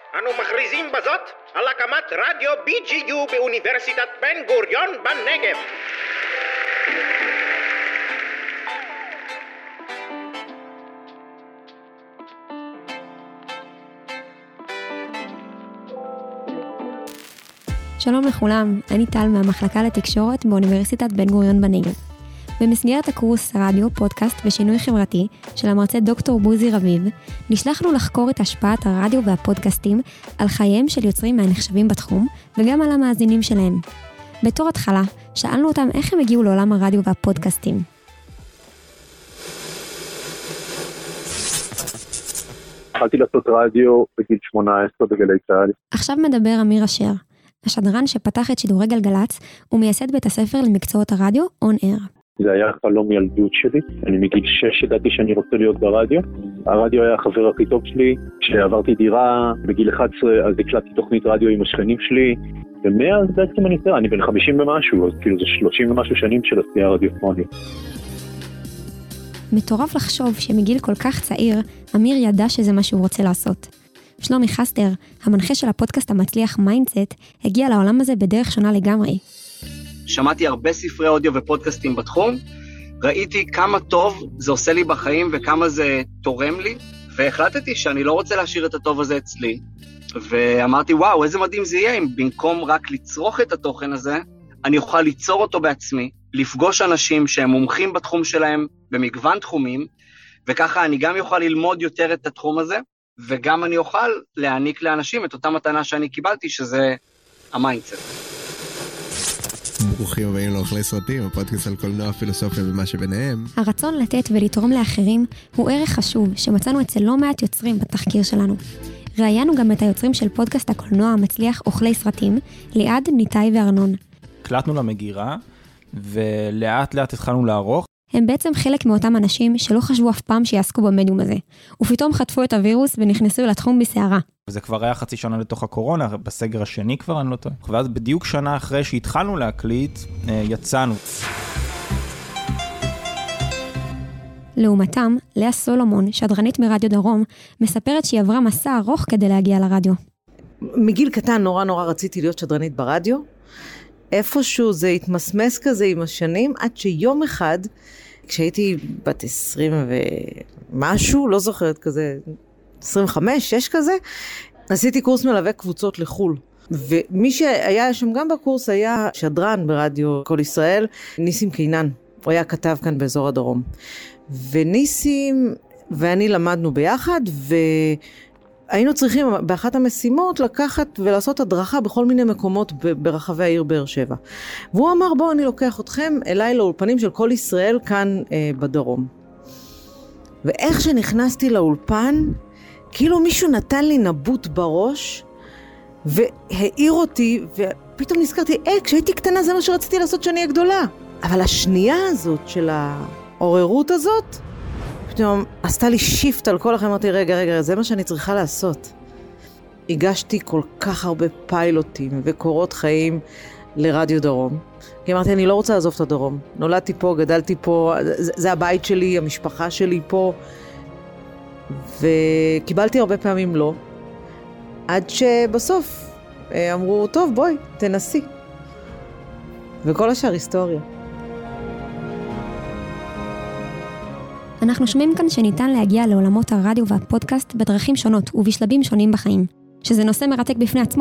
אנו מכריזים בזאת על הקמת רדיו BGU באוניברסיטת בן גוריון בנגב. שלום לכולם, אני טל מהמחלקה לתקשורת באוניברסיטת בן גוריון בנגב. במסגרת הקורס רדיו, פודקאסט ושינוי חברתי של המרצה דוקטור בוזי רביב, נשלחנו לחקור את השפעת הרדיו והפודקאסטים על חייהם של יוצרים מהנחשבים בתחום וגם על המאזינים שלהם. בתור התחלה, שאלנו אותם איך הם הגיעו לעולם הרדיו והפודקאסטים. התחלתי לעשות רדיו בגיל 18 בגלי צה"ל. עכשיו מדבר אמיר אשר, השדרן שפתח את שידורי גלגלצ ומייסד בית הספר למקצועות הרדיו On Air. זה היה חלום ילדות שלי. אני מגיל 6 ידעתי שאני רוצה להיות ברדיו. הרדיו היה החבר הכי טוב שלי. כשעברתי דירה בגיל 11 אז הקלטתי תוכנית רדיו עם השכנים שלי. ומאז בעצם אני בן 50 ומשהו, אז כאילו זה 30 ומשהו שנים של עשייה רדיופונית. מטורף לחשוב שמגיל כל כך צעיר, אמיר ידע שזה מה שהוא רוצה לעשות. שלומי חסטר, המנחה של הפודקאסט המצליח מיינדסט, הגיע לעולם הזה בדרך שונה לגמרי. שמעתי הרבה ספרי אודיו ופודקאסטים בתחום, ראיתי כמה טוב זה עושה לי בחיים וכמה זה תורם לי, והחלטתי שאני לא רוצה להשאיר את הטוב הזה אצלי, ואמרתי וואו, איזה מדהים זה יהיה אם במקום רק לצרוך את התוכן הזה, אני אוכל ליצור אותו בעצמי, לפגוש אנשים שהם מומחים בתחום שלהם במגוון תחומים, וככה אני גם יוכל ללמוד יותר את התחום הזה, וגם אני אוכל להעניק לאנשים את אותה מתנה שאני קיבלתי, שזה המיינדסט. ברוכים הבאים לאוכלי סרטים, הפודקאסט על קולנוע, פילוסופיה ומה שביניהם. הרצון לתת ולתרום לאחרים הוא ערך חשוב שמצאנו אצל לא מעט יוצרים בתחקיר שלנו. ראיינו גם את היוצרים של פודקאסט הקולנוע המצליח אוכלי סרטים, ליעד, ניתאי וארנון. הקלטנו למגירה, ולאט לאט התחלנו לערוך. הם בעצם חלק מאותם אנשים שלא חשבו אף פעם שיעסקו במדיום הזה, ופתאום חטפו את הווירוס ונכנסו לתחום בסערה. וזה כבר היה חצי שנה לתוך הקורונה, בסגר השני כבר, אני לא טועה. ואז בדיוק שנה אחרי שהתחלנו להקליט, יצאנו. לעומתם, לאה סולומון, שדרנית מרדיו דרום, מספרת שהיא עברה מסע ארוך כדי להגיע לרדיו. מגיל קטן נורא רציתי להיות שדרנית ברדיו. איפשהו זה התמסמס כזה עם השנים, עד שיום אחד, כשהייתי בת 20 ומשהו, לא זוכרת כזה, 25, 6 כזה, עשיתי קורס מלווה קבוצות לחול. ומי שהיה שם גם בקורס היה שדרן ברדיו כל ישראל, ניסים קינן. הוא היה כתב כאן באזור הדרום. וניסים ואני למדנו ביחד, היינו צריכים באחת המשימות לקחת ולעשות הדרכה בכל מיני מקומות ברחבי העיר באר שבע. והוא אמר, בואו אני לוקח אתכם אליי לאולפנים של כל ישראל כאן בדרום. ואיך שנכנסתי לאולפן, כאילו מישהו נתן לי נבוט בראש, והעיר אותי, ופתאום נזכרתי, כשהייתי קטנה זה מה שרציתי לעשות שאני אהיה גדולה. אבל השנייה הזאת של העוררות הזאת, פתאום עשתה לי שיפט על כל החיים, אמרתי, רגע, זה מה שאני צריכה לעשות. הגשתי כל כך הרבה פיילוטים וקורות חיים לרדיו דרום. כי אמרתי, אני לא רוצה לעזוב את הדרום. נולדתי פה, גדלתי פה, זה הבית שלי, המשפחה שלי פה. וקיבלתי הרבה פעמים לא. עד שבסוף אמרו, טוב, בואי, תנסי. וכל השאר היסטוריה. אנחנו שומעים כאן שניתן להגיע לעולמות הרדיו והפודקאסט בדרכים שונות ובשלבים שונים בחיים, שזה נושא מרתק בפני עצמו.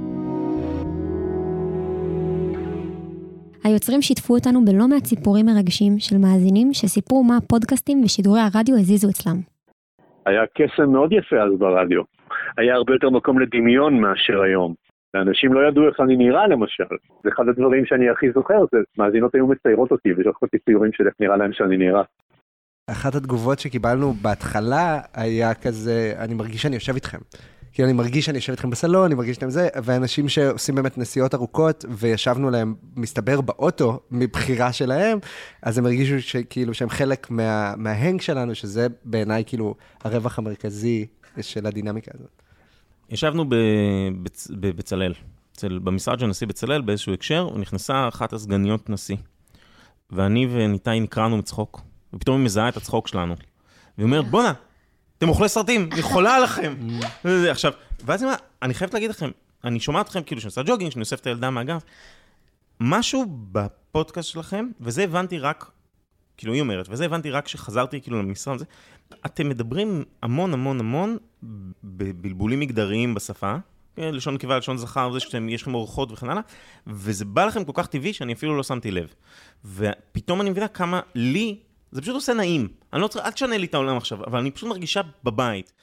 היוצרים שיתפו אותנו בלא מעט סיפורים מרגשים של מאזינים שסיפרו מה הפודקאסטים ושידורי הרדיו הזיזו אצלם. היה קסם מאוד יפה אז ברדיו. היה הרבה יותר מקום לדמיון מאשר היום. האנשים לא ידעו איך אני נראה למשל. זה אחד הדברים שאני הכי זוכר, זה מאזינות היו מציירות אותי ושלחו אותי ציורים של איך נראה להם שאני נראה. אחת התגובות שקיבלנו בהתחלה היה כזה, אני מרגיש שאני יושב איתכם. כי אני מרגיש שאני יושב איתכם בסלון, אני מרגיש שאתם זה, ואנשים שעושים באמת נסיעות ארוכות, וישבנו להם, מסתבר באוטו, מבחירה שלהם, אז הם הרגישו שכאילו שהם חלק מההנג שלנו, שזה בעיניי כאילו הרווח המרכזי של הדינמיקה הזאת. ישבנו בבצלאל, במשרד של נשיא בצלאל באיזשהו הקשר, ונכנסה אחת הסגניות נשיא. ואני וניתאי נקראנו מצחוק, ופתאום היא מזהה את הצחוק שלנו. והיא אומרת, בונה, אתם אוכלי סרטים, אני חולה עליכם. עכשיו, ואז אני חייבת להגיד לכם, אני שומע אתכם כאילו שאני עושה ג'וגינג, שאני אוסף את הילדה מהגב, משהו בפודקאסט שלכם, וזה הבנתי רק, כאילו היא אומרת, וזה הבנתי רק שחזרתי כאילו למשרה, אתם מדברים המון המון המון בבלבולים מגדריים בשפה, לשון נקבה, לשון זכר, זה שיש לכם אורחות וכן הלאה, וזה בא לכם כל כך טבעי שאני אפילו לא שמתי לב. ופתאום אני מבינה כמה לי, זה פשוט עושה נעים. אני לא צריך, אל תשנה לי את העולם עכשיו, אבל אני פשוט מרגישה בבית.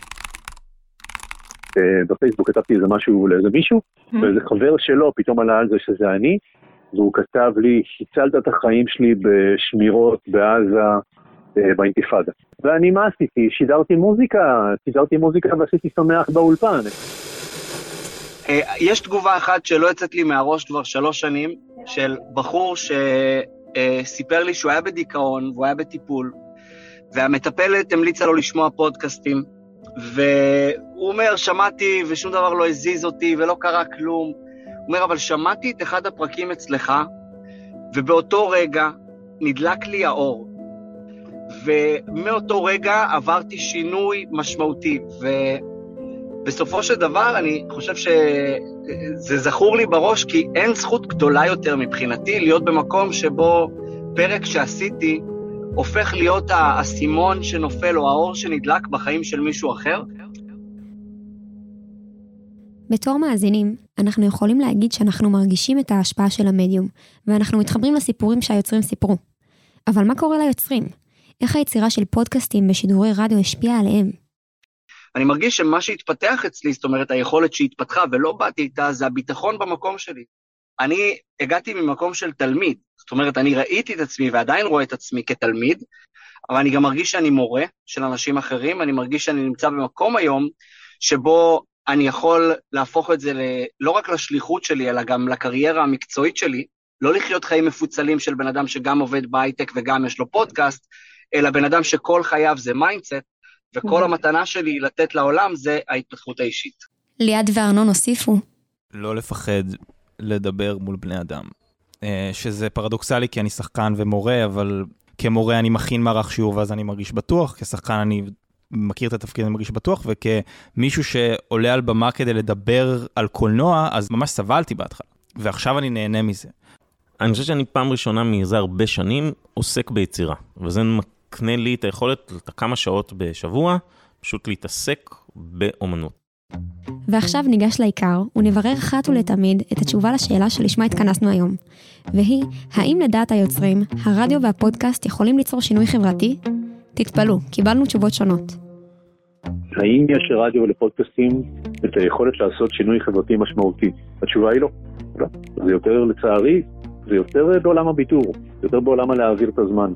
בפייסבוק כתבתי איזה משהו לאיזה מישהו, ואיזה חבר שלו פתאום עלה על זה שזה אני, והוא כתב לי, הצלת את החיים שלי בשמירות בעזה באינתיפאדה. ואני מה עשיתי? שידרתי מוזיקה ועשיתי שמח באולפן. יש תגובה אחת שלא יצאת לי מהראש כבר 3 שנים, של בחור שסיפר לי שהוא היה בדיכאון, והוא היה בטיפול, והמטפלת המליצה לו לשמוע פודקאסטים, והוא אומר, שמעתי ושום דבר לא הזיז אותי ולא קרה כלום. הוא אומר, אבל שמעתי את אחד הפרקים אצלך, ובאותו רגע נדלק לי האור. ומאותו רגע עברתי שינוי משמעותי, ובסופו של דבר אני חושב שזה זכור לי בראש, כי אין זכות גדולה יותר מבחינתי להיות במקום שבו פרק שעשיתי הופך להיות הסימון שנופל או האור שנדלק בחיים של מישהו אחר. בתור מאזינים, אנחנו יכולים להגיד שאנחנו מרגישים את ההשפעה של המדיום, ואנחנו מתחברים לסיפורים שהיוצרים סיפרו. אבל מה קורה ליוצרים? איך היצירה של פודקאסטים בשידורי רדיו השפיעה עליהם? אני מרגיש שמה שהתפתח אצלי, זאת אומרת, היכולת שהתפתחה ולא באתי איתה, זה הביטחון במקום שלי. אני הגעתי ממקום של תלמיד, זאת אומרת, אני ראיתי את עצמי ועדיין רואה את עצמי כתלמיד, אבל אני גם מרגיש שאני מורה של אנשים אחרים, אני מרגיש שאני נמצא במקום היום, שבו אני יכול להפוך את זה לא רק לשליחות שלי, אלא גם לקריירה המקצועית שלי, לא לחיות חיים מפוצלים של בן אדם שגם עובד בהייטק וגם יש לו פודקאסט, אלא בן אדם שכל חייו זה מיינדסט, וכל המתנה שלי לתת לעולם זה ההתפתחות האישית. ליעד וארנון הוסיפו. לא לפחד לדבר מול בני אדם. שזה פרדוקסלי כי אני שחקן ומורה, אבל כמורה אני מכין מערך שיעור ואז אני מרגיש בטוח, כשחקן אני מכיר את התפקיד ואני מרגיש בטוח, וכמישהו שעולה על במה כדי לדבר על קולנוע, אז ממש סבלתי בהתחלה, ועכשיו אני נהנה מזה. אני חושב שאני פעם ראשונה מזה הרבה שנים עוסק ביצירה, וזה מקנה לי את היכולת כמה שעות בשבוע, פשוט להתעסק באומנות. ועכשיו ניגש לעיקר, ונברר אחת ולתמיד את התשובה לשאלה שלשמה התכנסנו היום. והיא, האם לדעת היוצרים, הרדיו והפודקאסט יכולים ליצור שינוי חברתי? תתפלו, קיבלנו תשובות שונות. האם יש לרדיו ולפודקאסטים את היכולת לעשות שינוי חברתי משמעותי? התשובה היא לא. לא. זה יותר לצערי, זה יותר בעולם הביטור, יותר בעולם הלהעביר את הזמן.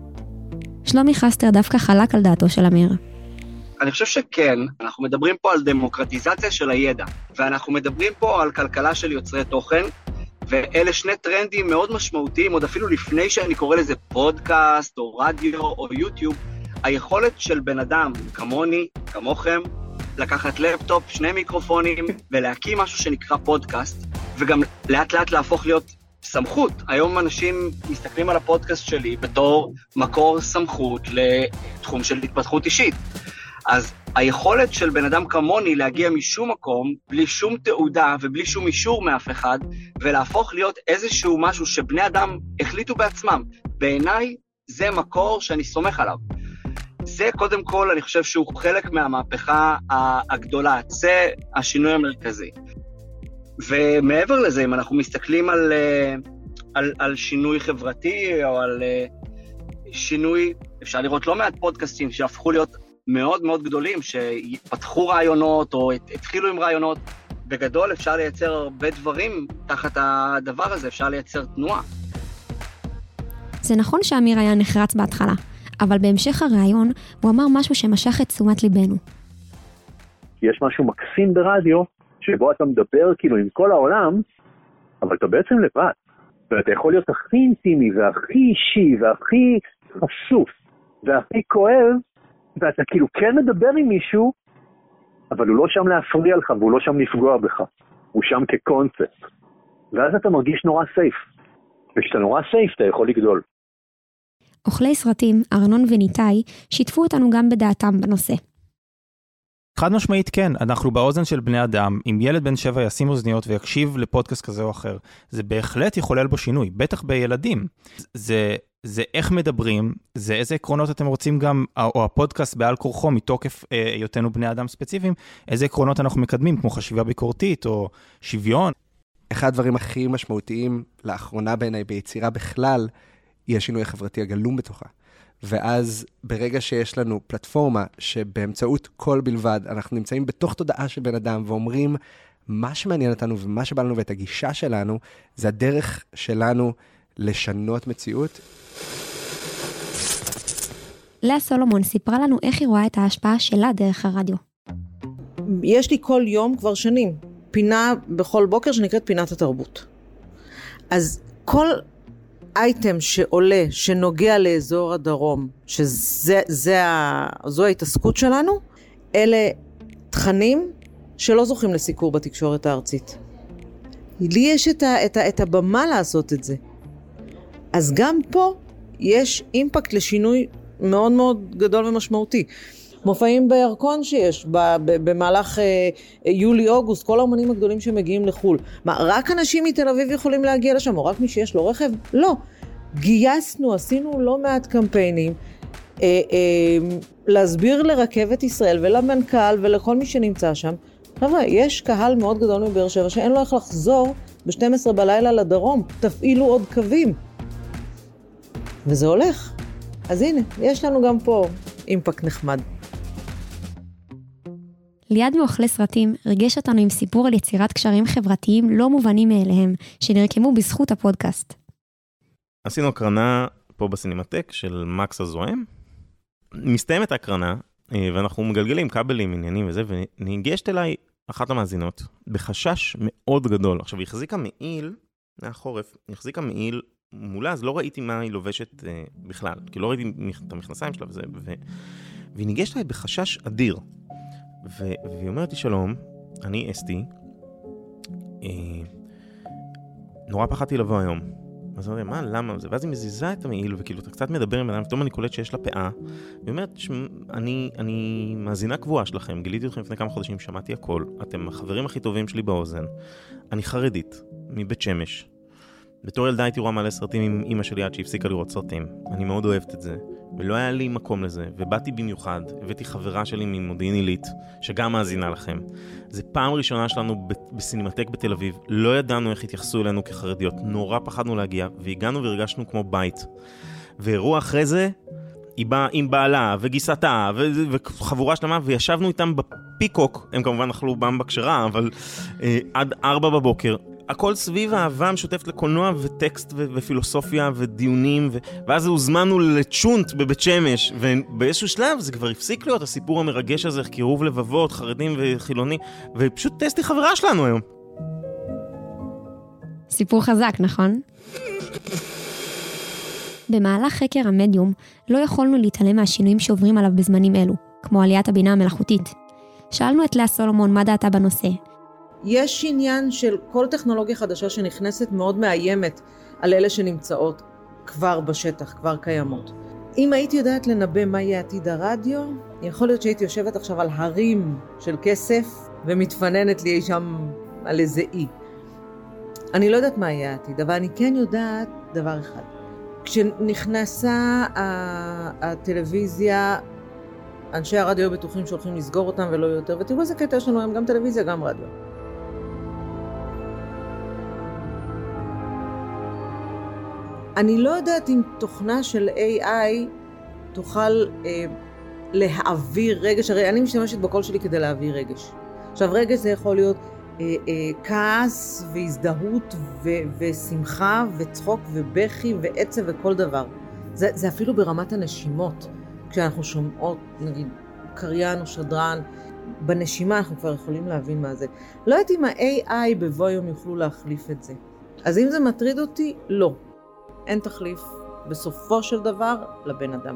שלומי חסטר דווקא חלק על דעתו של אמיר. אני חושב שכן, אנחנו מדברים פה על דמוקרטיזציה של הידע, ואנחנו מדברים פה על כלכלה של יוצרי תוכן, ואלה שני טרנדים מאוד משמעותיים, עוד אפילו לפני שאני קורא לזה פודקאסט, או רדיו, או יוטיוב, היכולת של בן אדם כמוני, כמוכם, לקחת לפטופ, 2 מיקרופונים, ולהקים משהו שנקרא פודקאסט, וגם לאט לאט להפוך להיות סמכות. היום אנשים מסתכלים על הפודקאסט שלי בתור מקור סמכות לתחום של התפתחות אישית. אז היכולת של בן אדם כמוני להגיע משום מקום, בלי שום תעודה ובלי שום אישור מאף אחד, ולהפוך להיות איזשהו משהו שבני אדם החליטו בעצמם, בעיניי זה מקור שאני סומך עליו. זה קודם כל, אני חושב שהוא חלק מהמהפכה הגדולה, זה השינוי המרכזי. ומעבר לזה, אם אנחנו מסתכלים על שינוי חברתי, או על שינוי, אפשר לראות לא מעט פודקאסטים שהפכו להיות מאוד מאוד גדולים, שפתחו רעיונות או התחילו עם רעיונות. בגדול אפשר לייצר הרבה דברים תחת הדבר הזה, אפשר לייצר תנועה. זה נכון שאמיר היה נחרץ בהתחלה, אבל בהמשך הרעיון הוא אמר משהו שמשך את תשומת ליבנו. יש משהו מקסים ברדיו, שבו אתה מדבר כאילו עם כל העולם, אבל אתה בעצם לבד. ואתה יכול להיות הכי אינטימי והכי אישי והכי חשוף והכי כואב, ואתה כאילו כן מדבר עם מישהו, אבל הוא לא שם להפריע לך, והוא לא שם לפגוע בך. הוא שם כקונספט. ואז אתה מרגיש נורא סייף. וכשאתה נורא סייף, אתה יכול לגדול. אוכלי סרטים, ארנון וניטאי, שיתפו אותנו גם בדעתם בנושא. חד משמעית כן, אנחנו באוזן של בני אדם, אם ילד בן 7 ישים אוזניות ויקשיב לפודקאסט כזה או אחר, זה בהחלט יחולל בו שינוי, בטח בילדים. זה איך מדברים, זה איזה עקרונות אתם רוצים גם, או הפודקאסט בעל כורחו מתוקף היותנו בני אדם ספציפיים, איזה עקרונות אנחנו מקדמים, כמו חשיבה ביקורתית או שוויון. אחד הדברים הכי משמעותיים לאחרונה בעיניי ביצירה בכלל, היא השינוי החברתי הגלום בתוכה. ואז ברגע שיש לנו פלטפורמה שבאמצעות קול בלבד, אנחנו נמצאים בתוך תודעה של בן אדם ואומרים מה שמעניין אותנו ומה שבא לנו ואת הגישה שלנו, זה הדרך שלנו לשנות מציאות. לאה סולומון סיפרה לנו איך היא רואה את ההשפעה שלה דרך הרדיו. יש לי כל יום כבר שנים פינה בכל בוקר שנקראת פינת התרבות. אז כל אייטם שעולה, שנוגע לאזור הדרום, שזו ההתעסקות שלנו, אלה תכנים שלא זוכים לסיקור בתקשורת הארצית. לי יש את הבמה לעשות את זה. אז גם פה יש אימפקט לשינוי מאוד מאוד גדול ומשמעותי. מופעים בירקון שיש, במהלך יולי-אוגוסט, כל האומנים הגדולים שמגיעים לחול. מה, רק אנשים מתל אביב יכולים להגיע לשם, או רק מי שיש לו רכב? לא. גייסנו, עשינו לא מעט קמפיינים, להסביר לרכבת ישראל ולמנכ"ל ולכל מי שנמצא שם. חבר'ה, יש קהל מאוד גדול מבאר שבע, שאין לו איך לחזור ב-12 בלילה לדרום. תפעילו עוד קווים. וזה הולך. אז הנה, יש לנו גם פה אימפקט נחמד. ליד מאוכלי סרטים ריגש אותנו עם סיפור על יצירת קשרים חברתיים לא מובנים מאליהם, שנרקמו בזכות הפודקאסט. עשינו הקרנה פה בסינמטק של מקס הזוהם. מסתיימת ההקרנה, ואנחנו מגלגלים כבלים, עניינים וזה, וניגשת אליי אחת המאזינות, בחשש מאוד גדול. עכשיו, היא החזיקה מעיל, מהחורף, היא החזיקה מעיל מולה, אז לא ראיתי מה היא לובשת בכלל, כי לא ראיתי את המכנסיים שלה וזה, והיא ניגשת אליי בחשש אדיר. והיא אומרת לי, שלום, אני אסתי, נורא פחדתי לבוא היום. אז אני אומר, מה, למה? ואז היא מזיזה את המעיל, וכאילו, אתה קצת מדבר עם אדם, ופתאום אני קולט שיש לה פאה, והיא אומרת, אני מאזינה קבועה שלכם, גיליתי אתכם לפני כמה חודשים, שמעתי הכל, אתם החברים הכי טובים שלי באוזן, אני חרדית, מבית שמש. בתור ילדה הייתי רואה מלא סרטים עם אמא שלי עד שהפסיקה לראות סרטים. אני מאוד אוהבת את זה, ולא היה לי מקום לזה, ובאתי במיוחד, הבאתי חברה שלי ממודיעין עילית, שגם מאזינה לכם. זה פעם ראשונה שלנו בסינמטק בתל אביב, לא ידענו איך התייחסו אלינו כחרדיות, נורא פחדנו להגיע, והגענו והרגשנו כמו בית. ואירוע אחרי זה, היא באה עם בעלה וגיסתה וחבורה שלמה, וישבנו איתם בפיקוק, הם כמובן אכלו במבה כשרה, אבל עד 4 בבוקר, הכל סביב האהבה המשותפת לקולנוע וטקסט ופילוסופיה ודיונים, ואז הוזמנו לצ'ונט בבית שמש, ובאיזשהו שלב זה כבר הפסיק להיות הסיפור המרגש הזה, קירוב לבבות, חרדים וחילונים, ופשוט טסטי חברה שלנו היום. סיפור חזק, נכון? במהלך חקר המדיום לא יכולנו להתעלם מהשינויים שעוברים עליו בזמנים אלו, כמו עליית הבינה המלאכותית. שאלנו את לאה סולומון מה דעתה בנושא. יש עניין של כל טכנולוגיה חדשה שנכנסת מאוד מאיימת על אלה שנמצאות כבר בשטח, כבר קיימות. אם הייתי יודעת לנבא מה יהיה עתיד הרדיו, יכול להיות שהייתי יושבת עכשיו על הרים של כסף ומתפננת לי שם על איזה אי. אני לא יודעת מה יהיה העתיד, אבל אני כן יודעת דבר אחד. כשנכנסה הטלוויזיה, אנשי הרדיו בטוחים שהולכים לסגור אותם ולא יותר, ותראו איזה קטע יש לנו היום גם טלוויזיה, גם רדיו. אני לא יודעת אם תוכנה של AI תוכל להעביר רגש, הרי אני משתמשת בקול שלי כדי להעביר רגש. עכשיו רגש זה יכול להיות כעס והזדהות ושמחה וצחוק ובכי ועצב וכל דבר. זה אפילו ברמת הנשימות. כשאנחנו שומעות, נגיד, קריין או שדרן, בנשימה אנחנו כבר יכולים להבין מה זה. לא יודעת אם ה-AI בבוא יום יוכלו להחליף את זה. אז אם זה מטריד אותי, לא. אין תחליף בסופו של דבר לבן אדם.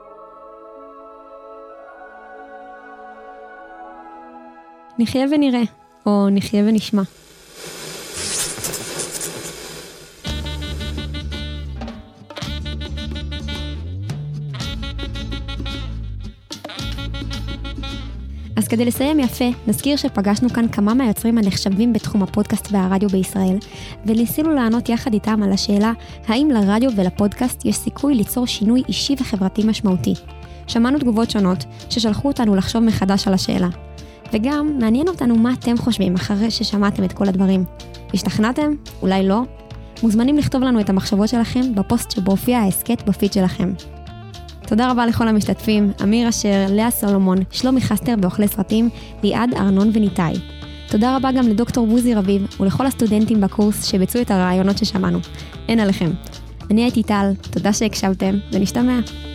נחיה ונראה, או נחיה ונשמע. אז כדי לסיים יפה, נזכיר שפגשנו כאן כמה מהיוצרים הנחשבים בתחום הפודקאסט והרדיו בישראל, וניסינו לענות יחד איתם על השאלה האם לרדיו ולפודקאסט יש סיכוי ליצור שינוי אישי וחברתי משמעותי. שמענו תגובות שונות ששלחו אותנו לחשוב מחדש על השאלה. וגם מעניין אותנו מה אתם חושבים אחרי ששמעתם את כל הדברים. השתכנעתם? אולי לא? מוזמנים לכתוב לנו את המחשבות שלכם בפוסט שבו הופיע ההסקט בפיד שלכם. תודה רבה לכל המשתתפים, אמיר אשר, לאה סולומון, שלומי חסטר ואוכלי סרטים, ליעד ארנון וניטאי. תודה רבה גם לדוקטור בוזי רביב ולכל הסטודנטים בקורס שביצעו את הרעיונות ששמענו. אין עליכם. אני הייתי טל, תודה שהקשבתם ונשתמע.